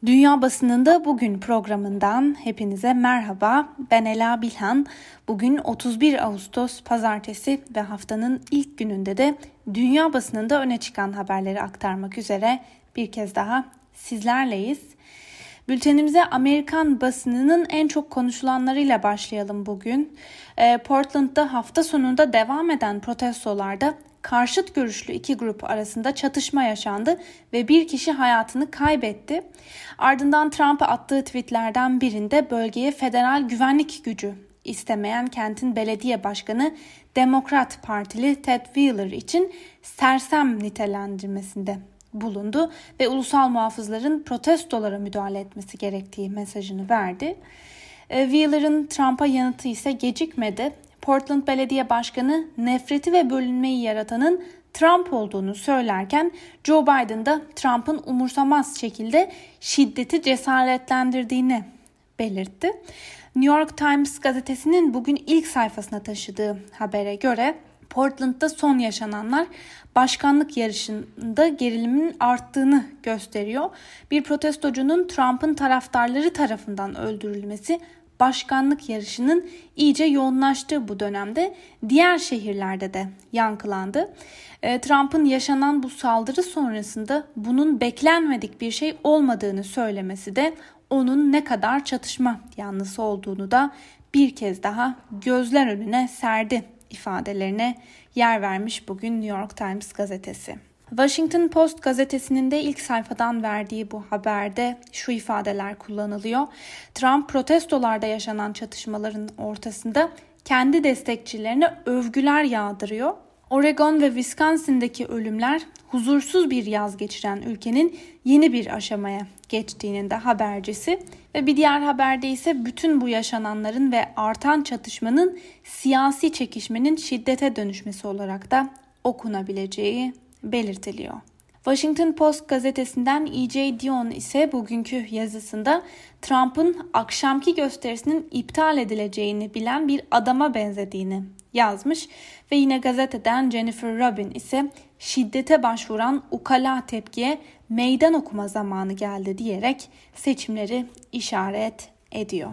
Dünya Basınında Bugün programından hepinize merhaba. Ben Ela Bilhan. Bugün 31 Ağustos Pazartesi ve haftanın ilk gününde de dünya basınında öne çıkan haberleri aktarmak üzere bir kez daha sizlerleyiz. Bültenimize Amerikan basınının en çok konuşulanlarıyla başlayalım bugün. Portland'da hafta sonunda devam eden protestolarda karşıt görüşlü iki grup arasında çatışma yaşandı ve bir kişi hayatını kaybetti. Ardından Trump'a attığı tweetlerden birinde bölgeye federal güvenlik gücü istemeyen kentin belediye başkanı Demokrat Partili Ted Wheeler için sersem nitelendirmesinde bulundu ve ulusal muhafızların protestolara müdahale etmesi gerektiği mesajını verdi. Wheeler'ın Trump'a yanıtı ise gecikmedi. Portland Belediye Başkanı nefreti ve bölünmeyi yaratanın Trump olduğunu söylerken Joe Biden da Trump'ın umursamaz şekilde şiddeti cesaretlendirdiğini belirtti. New York Times gazetesinin bugün ilk sayfasına taşıdığı habere göre Portland'da son yaşananlar başkanlık yarışında gerilimin arttığını gösteriyor. Bir protestocunun Trump'ın taraftarları tarafından öldürülmesi başkanlık yarışının iyice yoğunlaştığı bu dönemde diğer şehirlerde de yankılandı. Trump'ın yaşanan bu saldırı sonrasında bunun beklenmedik bir şey olmadığını söylemesi de onun ne kadar çatışma yanlısı olduğunu da bir kez daha gözler önüne serdi ifadelerine yer vermiş bugün New York Times gazetesi. Washington Post gazetesinin de ilk sayfadan verdiği bu haberde şu ifadeler kullanılıyor. Trump protestolarda yaşanan çatışmaların ortasında kendi destekçilerine övgüler yağdırıyor. Oregon ve Wisconsin'deki ölümler huzursuz bir yaz geçiren ülkenin yeni bir aşamaya geçtiğinin de habercisi ve bir diğer haberde ise bütün bu yaşananların ve artan çatışmanın siyasi çekişmenin şiddete dönüşmesi olarak da okunabileceği belirtiliyor. Washington Post gazetesinden E.J. Dionne ise bugünkü yazısında Trump'ın akşamki gösterisinin iptal edileceğini bilen bir adama benzediğini yazmış ve yine gazeteden Jennifer Rubin ise şiddete başvuran ukala tepkiye meydan okuma zamanı geldi diyerek seçimleri işaret ediyor.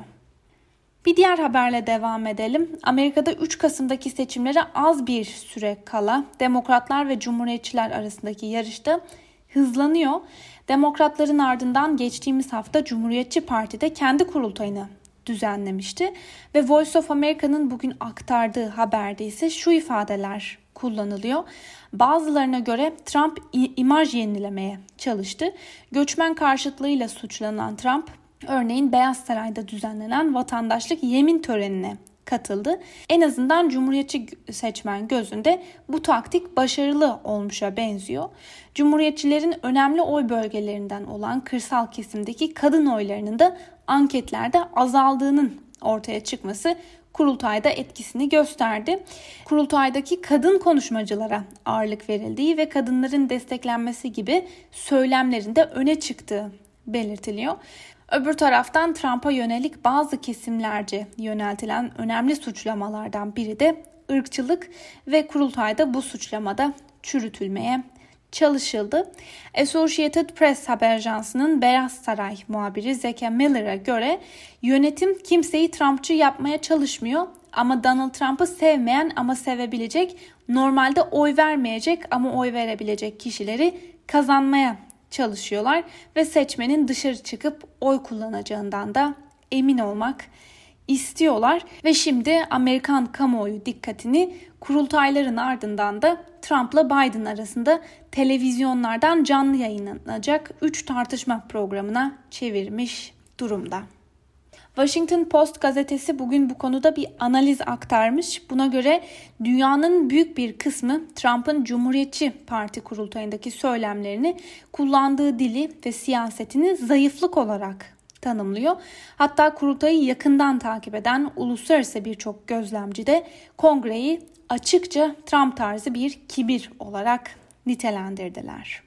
Bir diğer haberle devam edelim. Amerika'da 3 Kasım'daki seçimlere az bir süre kala Demokratlar ve Cumhuriyetçiler arasındaki yarışta hızlanıyor. Demokratların ardından geçtiğimiz hafta Cumhuriyetçi Parti de kendi kurultayını düzenlemişti ve Voice of America'nın bugün aktardığı haberde ise şu ifadeler kullanılıyor. Bazılarına göre Trump imaj yenilemeye çalıştı. Göçmen karşıtlığıyla suçlanan Trump, örneğin Beyaz Saray'da düzenlenen vatandaşlık yemin törenine katıldı. En azından Cumhuriyetçi seçmen gözünde bu taktik başarılı olmuşa benziyor. Cumhuriyetçilerin önemli oy bölgelerinden olan kırsal kesimdeki kadın oylarının da anketlerde azaldığının ortaya çıkması kurultayda etkisini gösterdi. Kurultaydaki kadın konuşmacılara ağırlık verildiği ve kadınların desteklenmesi gibi söylemlerin de öne çıktığı belirtiliyor. Öbür taraftan Trump'a yönelik bazı kesimlerce yöneltilen önemli suçlamalardan biri de ırkçılık ve kurultayda bu suçlamada çürütülmeye çalışıldı. Associated Press haber ajansının Beyaz Saray muhabiri Zeke Miller'a göre yönetim kimseyi Trumpçı yapmaya çalışmıyor ama Donald Trump'ı sevmeyen ama sevebilecek, normalde oy vermeyecek ama oy verebilecek kişileri kazanmaya çalışıyorlar ve seçmenin dışarı çıkıp oy kullanacağından da emin olmak istiyorlar ve şimdi Amerikan kamuoyu dikkatini kurultayların ardından da Trump'la Biden arasında televizyonlardan canlı yayınlanacak 3 tartışma programına çevirmiş durumda. Washington Post gazetesi bugün bu konuda bir analiz aktarmış. Buna göre dünyanın büyük bir kısmı Trump'ın Cumhuriyetçi Parti kurultayındaki söylemlerini, kullandığı dili ve siyasetini zayıflık olarak tanımlıyor. Hatta kurultayı yakından takip eden uluslararası birçok gözlemci de kongreyi açıkça Trump tarzı bir kibir olarak nitelendirdiler.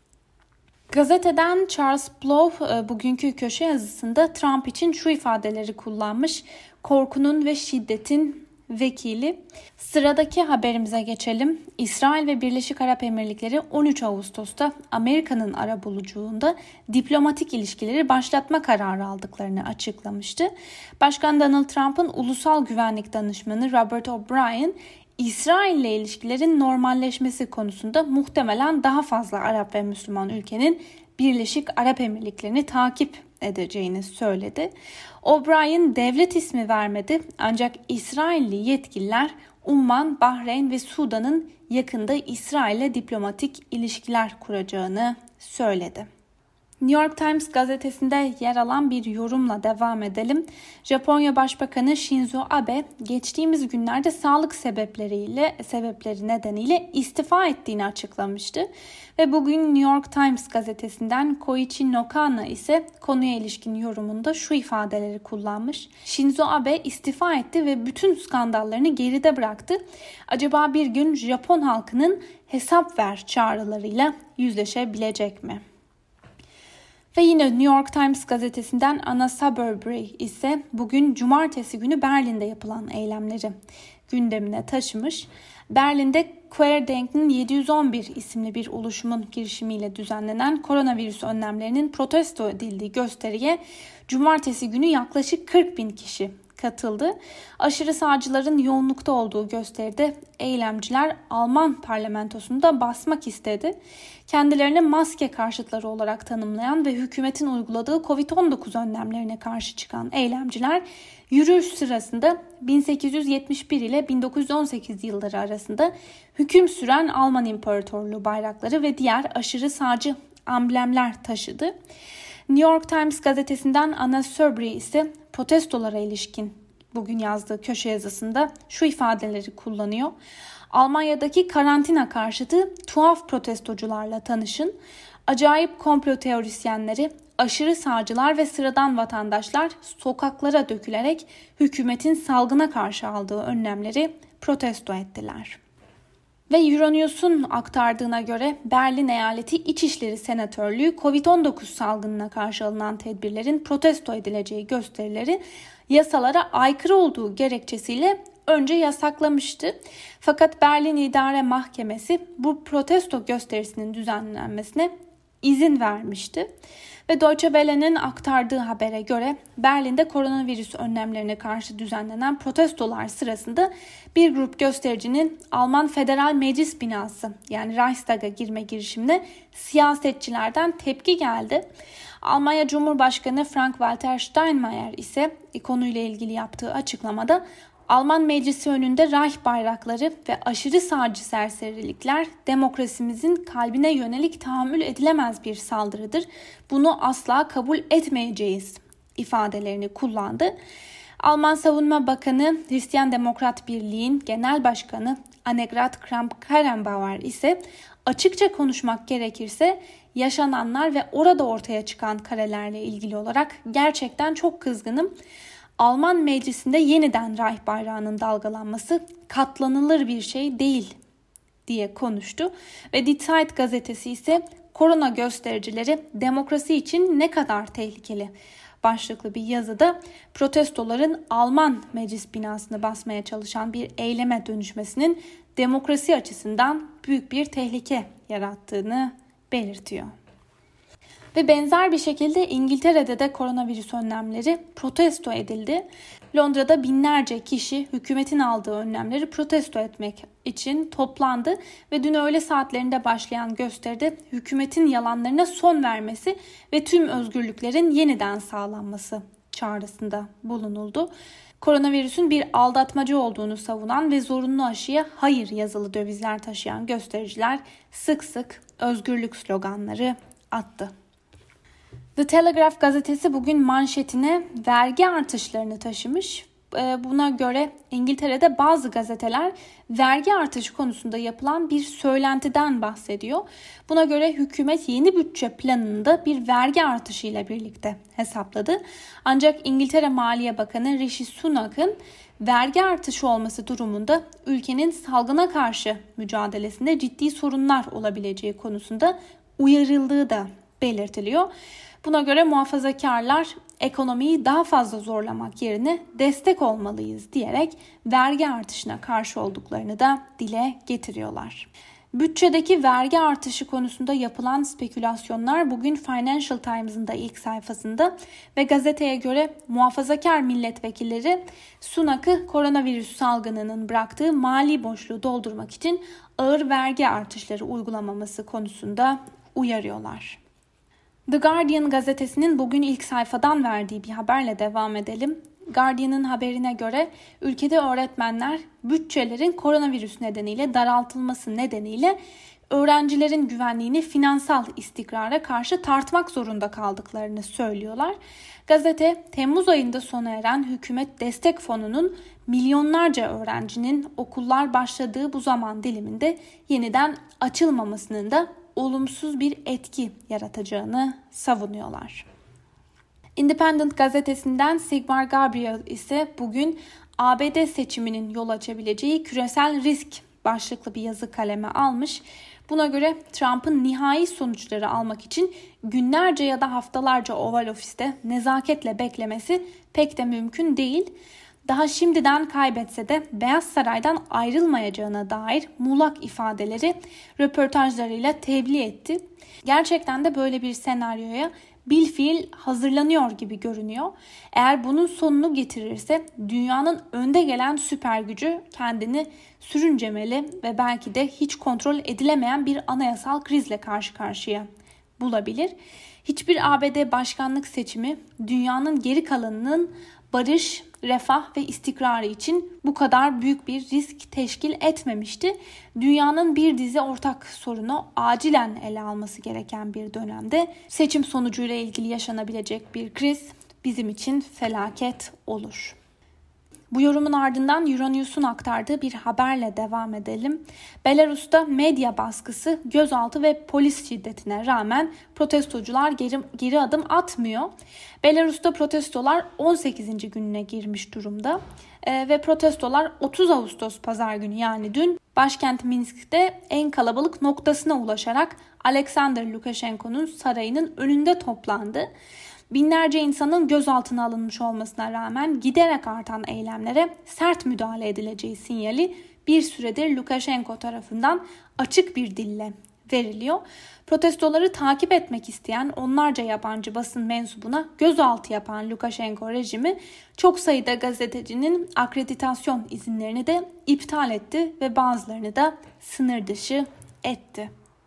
Gazeteden Charles Blow bugünkü köşe yazısında Trump için şu ifadeleri kullanmış: korkunun ve şiddetin vekili. Sıradaki haberimize geçelim. İsrail ve Birleşik Arap Emirlikleri 13 Ağustos'ta Amerika'nın arabuluculuğunda diplomatik ilişkileri başlatma kararı aldıklarını açıklamıştı. Başkan Donald Trump'ın ulusal güvenlik danışmanı Robert O'Brien, İsrail ile ilişkilerin normalleşmesi konusunda muhtemelen daha fazla Arap ve Müslüman ülkenin Birleşik Arap Emirlikleri'ni takip edeceğini söyledi. O'Brien devlet ismi vermedi ancak İsrailli yetkililer Umman, Bahreyn ve Sudan'ın yakında İsrail'le diplomatik ilişkiler kuracağını söyledi. New York Times gazetesinde yer alan bir yorumla devam edelim. Japonya Başbakanı Shinzo Abe geçtiğimiz günlerde sağlık sebepleri nedeniyle istifa ettiğini açıklamıştı. Ve bugün New York Times gazetesinden Koichi Nokana ise konuya ilişkin yorumunda şu ifadeleri kullanmış. Shinzo Abe istifa etti ve bütün skandallarını geride bıraktı. Acaba bir gün Japon halkının hesap ver çağrılarıyla yüzleşebilecek mi? Ve yine New York Times gazetesinden Anna Suberbury ise bugün cumartesi günü Berlin'de yapılan eylemleri gündemine taşımış. Berlin'de Querdenken 711 isimli bir oluşumun girişimiyle düzenlenen koronavirüs önlemlerinin protesto edildiği gösteriye cumartesi günü yaklaşık 40.000 kişi katıldı. Aşırı sağcıların yoğunlukta olduğu gösteride eylemciler Alman parlamentosunda basmak istedi. Kendilerini maske karşıtları olarak tanımlayan ve hükümetin uyguladığı Covid-19 önlemlerine karşı çıkan eylemciler yürüyüş sırasında 1871 ile 1918 yılları arasında hüküm süren Alman İmparatorluğu bayrakları ve diğer aşırı sağcı amblemler taşıdı. New York Times gazetesinden Anna Suberbury ise protestolara ilişkin bugün yazdığı köşe yazısında şu ifadeleri kullanıyor. Almanya'daki karantina karşıtı tuhaf protestocularla tanışın. Acayip komplo teorisyenleri, aşırı sağcılar ve sıradan vatandaşlar sokaklara dökülerek hükümetin salgına karşı aldığı önlemleri protesto ettiler. Ve Euronews'un aktardığına göre Berlin Eyaleti İçişleri Senatörlüğü Covid-19 salgınına karşı alınan tedbirlerin protesto edileceği gösterileri yasalara aykırı olduğu gerekçesiyle önce yasaklamıştı. Fakat Berlin İdare Mahkemesi bu protesto gösterisinin düzenlenmesine izin vermişti. Ve Deutsche Welle'nin aktardığı habere göre Berlin'de koronavirüs önlemlerine karşı düzenlenen protestolar sırasında bir grup göstericinin Alman Federal Meclis binası yani Reichstag'a girme girişimine siyasetçilerden tepki geldi. Almanya Cumhurbaşkanı Frank-Walter Steinmeier ise konuyla ilgili yaptığı açıklamada Alman Meclisi önünde Reich bayrakları ve aşırı sağcı serserilikler demokrasimizin kalbine yönelik tahammül edilemez bir saldırıdır. Bunu asla kabul etmeyeceğiz ifadelerini kullandı. Alman Savunma Bakanı Hristiyan Demokrat Birliği'nin Genel Başkanı Annegret Kramp-Karrenbauer ise açıkça konuşmak gerekirse yaşananlar ve orada ortaya çıkan karelerle ilgili olarak gerçekten çok kızgınım. Alman meclisinde yeniden Reich bayrağının dalgalanması katlanılır bir şey değil diye konuştu ve Die Zeit gazetesi ise korona göstericileri demokrasi için ne kadar tehlikeli başlıklı bir yazıda protestoların Alman meclis binasını basmaya çalışan bir eyleme dönüşmesinin demokrasi açısından büyük bir tehlike yarattığını belirtiyor. Ve benzer bir şekilde İngiltere'de de koronavirüs önlemleri protesto edildi. Londra'da binlerce kişi hükümetin aldığı önlemleri protesto etmek için toplandı ve dün öğle saatlerinde başlayan gösteride hükümetin yalanlarına son vermesi ve tüm özgürlüklerin yeniden sağlanması çağrısında bulunuldu. Koronavirüsün bir aldatmacı olduğunu savunan ve zorunlu aşıya hayır yazılı dövizler taşıyan göstericiler sık sık özgürlük sloganları attı. The Telegraph gazetesi bugün manşetine vergi artışlarını taşımış. Buna göre İngiltere'de bazı gazeteler vergi artışı konusunda yapılan bir söylentiden bahsediyor. Buna göre hükümet yeni bütçe planını da bir vergi artışıyla birlikte hesapladı. Ancak İngiltere Maliye Bakanı Rishi Sunak'ın vergi artışı olması durumunda ülkenin salgına karşı mücadelesinde ciddi sorunlar olabileceği konusunda uyarıldığı da belirtiliyor. Buna göre muhafazakarlar ekonomiyi daha fazla zorlamak yerine destek olmalıyız diyerek vergi artışına karşı olduklarını da dile getiriyorlar. Bütçedeki vergi artışı konusunda yapılan spekülasyonlar bugün Financial Times'ın da ilk sayfasında ve gazeteye göre muhafazakar milletvekilleri Sunak'ı koronavirüs salgınının bıraktığı mali boşluğu doldurmak için ağır vergi artışları uygulamaması konusunda uyarıyorlar. The Guardian gazetesinin bugün ilk sayfadan verdiği bir haberle devam edelim. Guardian'ın haberine göre ülkede öğretmenler bütçelerin koronavirüs nedeniyle daraltılması nedeniyle öğrencilerin güvenliğini finansal istikrara karşı tartmak zorunda kaldıklarını söylüyorlar. Gazete, Temmuz ayında sona eren hükümet destek fonunun milyonlarca öğrencinin okullar başladığı bu zaman diliminde yeniden açılmamasının da olumsuz bir etki yaratacağını savunuyorlar. Independent gazetesinden Sigmar Gabriel ise bugün ABD seçiminin yol açabileceği küresel risk başlıklı bir yazı kaleme almış. Buna göre Trump'ın nihai sonuçları almak için günlerce ya da haftalarca Oval Ofis'te nezaketle beklemesi pek de mümkün değil. Daha şimdiden kaybetse de Beyaz Saray'dan ayrılmayacağına dair muğlak ifadeleri röportajlarıyla tebliğ etti. Gerçekten de böyle bir senaryoya bilfiil hazırlanıyor gibi görünüyor. Eğer bunun sonunu getirirse dünyanın önde gelen süper gücü kendini sürüncemeli ve belki de hiç kontrol edilemeyen bir anayasal krizle karşı karşıya bulabilir. Hiçbir ABD başkanlık seçimi dünyanın geri kalanının barış, refah ve istikrarı için bu kadar büyük bir risk teşkil etmemişti. Dünyanın bir dizi ortak sorunu acilen ele alması gereken bir dönemde seçim sonucuyla ilgili yaşanabilecek bir kriz bizim için felaket olur. Bu yorumun ardından Euronews'un aktardığı bir haberle devam edelim. Belarus'ta medya baskısı, gözaltı ve polis şiddetine rağmen protestocular geri adım atmıyor. Belarus'ta protestolar 18. gününe girmiş durumda ve protestolar 30 Ağustos pazar günü yani dün başkent Minsk'te en kalabalık noktasına ulaşarak Alexander Lukashenko'nun sarayının önünde toplandı. Binlerce insanın gözaltına alınmış olmasına rağmen giderek artan eylemlere sert müdahale edileceği sinyali bir süredir Lukashenko tarafından açık bir dille veriliyor. Protestoları takip etmek isteyen onlarca yabancı basın mensubuna gözaltı yapan Lukashenko rejimi çok sayıda gazetecinin akreditasyon izinlerini de iptal etti ve bazılarını da sınır dışı etti.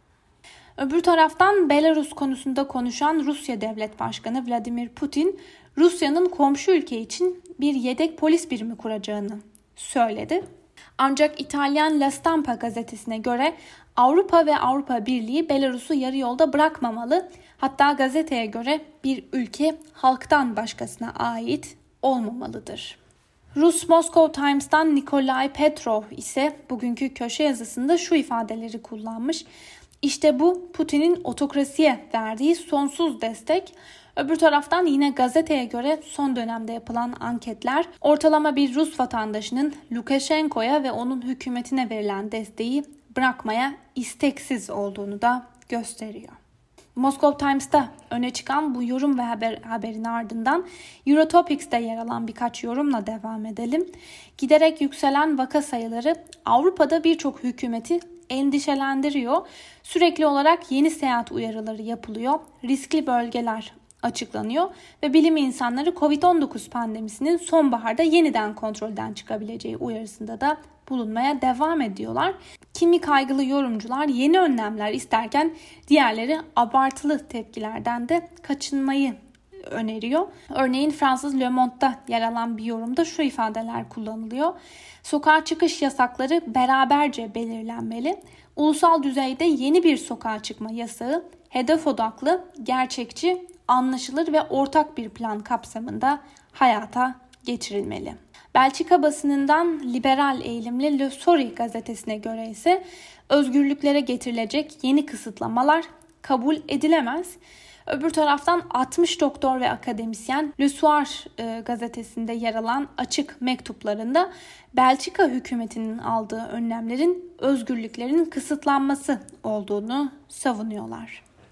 Öbür taraftan Belarus konusunda konuşan Rusya Devlet Başkanı Vladimir Putin, Rusya'nın komşu ülke için bir yedek polis birimi kuracağını söyledi. Ancak İtalyan La Stampa gazetesine göre Avrupa ve Avrupa Birliği Belarus'u yarı yolda bırakmamalı. Hatta gazeteye göre bir ülke halktan başkasına ait olmamalıdır. Rus Moscow Times'tan Nikolay Petrov ise bugünkü köşe yazısında şu ifadeleri kullanmış. İşte bu Putin'in otokrasiye verdiği sonsuz destek. Öbür taraftan yine gazeteye göre son dönemde yapılan anketler ortalama bir Rus vatandaşının Lukashenko'ya ve onun hükümetine verilen desteği bırakmaya isteksiz olduğunu da gösteriyor. Moscow Times'ta öne çıkan bu yorum ve haberin ardından Eurotopics'te yer alan birkaç yorumla devam edelim. Giderek yükselen vaka sayıları Avrupa'da birçok hükümeti endişelendiriyor. Sürekli olarak yeni seyahat uyarıları yapılıyor. Riskli bölgeler açıklanıyor ve bilim insanları Covid-19 pandemisinin sonbaharda yeniden kontrolden çıkabileceği uyarısında da bulunmaya devam ediyorlar. Kimi kaygılı yorumcular yeni önlemler isterken diğerleri abartılı tepkilerden de kaçınmayı öneriyor. Örneğin Fransız Le Monde'da yer alan bir yorumda şu ifadeler kullanılıyor. Sokağa çıkış yasakları beraberce belirlenmeli. Ulusal düzeyde yeni bir sokağa çıkma yasağı hedef odaklı, gerçekçi, anlaşılır ve ortak bir plan kapsamında hayata geçirilmeli. Belçika basınından liberal eğilimli Le Soir gazetesine göre ise özgürlüklere getirilecek yeni kısıtlamalar kabul edilemez. Öbür taraftan 60 doktor ve akademisyen Le Soir gazetesinde yer alan açık mektuplarında Belçika hükümetinin aldığı önlemlerin özgürlüklerin kısıtlanması olduğunu savunuyorlar.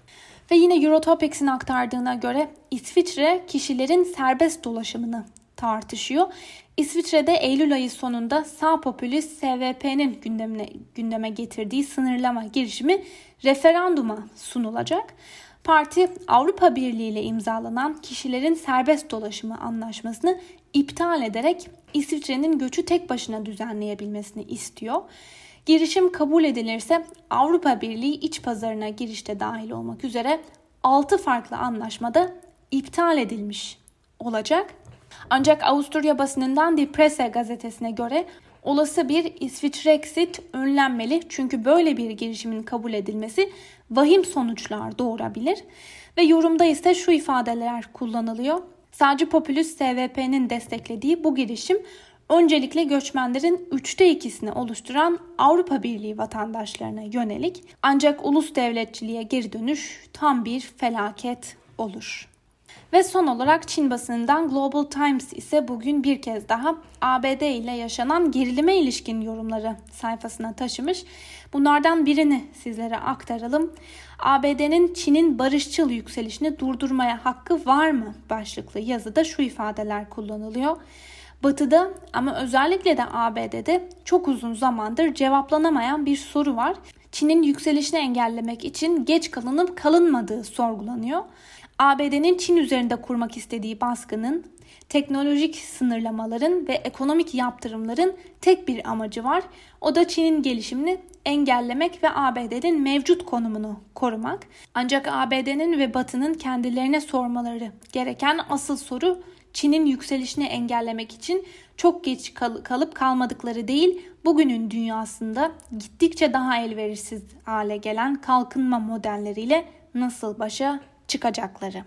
Ve yine Eurotopics'in aktardığına göre İsviçre kişilerin serbest dolaşımını tartışıyor. İsviçre'de Eylül ayı sonunda sağ popülist SVP'nin gündeme getirdiği sınırlama girişimi referanduma sunulacak. Parti Avrupa Birliği ile imzalanan kişilerin serbest dolaşımı anlaşmasını iptal ederek İsviçre'nin göçü tek başına düzenleyebilmesini istiyor. Girişim kabul edilirse Avrupa Birliği iç pazarına girişte dahil olmak üzere 6 farklı anlaşmada iptal edilmiş olacak. Ancak Avusturya basınından Die Presse gazetesine göre olası bir İsviçrexit önlenmeli, çünkü böyle bir girişimin kabul edilmesi vahim sonuçlar doğurabilir. Ve yorumda ise şu ifadeler kullanılıyor. Sağcı popülist SVP'nin desteklediği bu girişim öncelikle göçmenlerin 2/3'ünü oluşturan Avrupa Birliği vatandaşlarına yönelik, ancak ulus devletçiliğe geri dönüş tam bir felaket olur. Ve son olarak Çin basınından Global Times ise bugün bir kez daha ABD ile yaşanan gerilime ilişkin yorumları sayfasına taşımış. Bunlardan birini sizlere aktaralım. ABD'nin Çin'in barışçıl yükselişini durdurmaya hakkı var mı başlıklı yazıda şu ifadeler kullanılıyor. Batı'da ama özellikle de ABD'de çok uzun zamandır cevaplanamayan bir soru var. Çin'in yükselişini engellemek için geç kalınıp kalınmadığı sorgulanıyor. ABD'nin Çin üzerinde kurmak istediği baskının, teknolojik sınırlamaların ve ekonomik yaptırımların tek bir amacı var. O da Çin'in gelişimini engellemek ve ABD'nin mevcut konumunu korumak. Ancak ABD'nin ve Batı'nın kendilerine sormaları gereken asıl soru, Çin'in yükselişini engellemek için çok geç kalıp kalmadıkları değil, bugünün dünyasında gittikçe daha elverişsiz hale gelen kalkınma modelleriyle nasıl başa çıkacakları.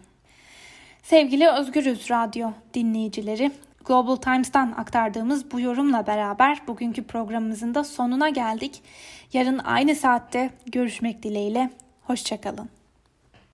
Sevgili Özgürüz Radyo dinleyicileri, Global Times'tan aktardığımız bu yorumla beraber bugünkü programımızın da sonuna geldik. Yarın aynı saatte görüşmek dileğiyle, hoşça kalın.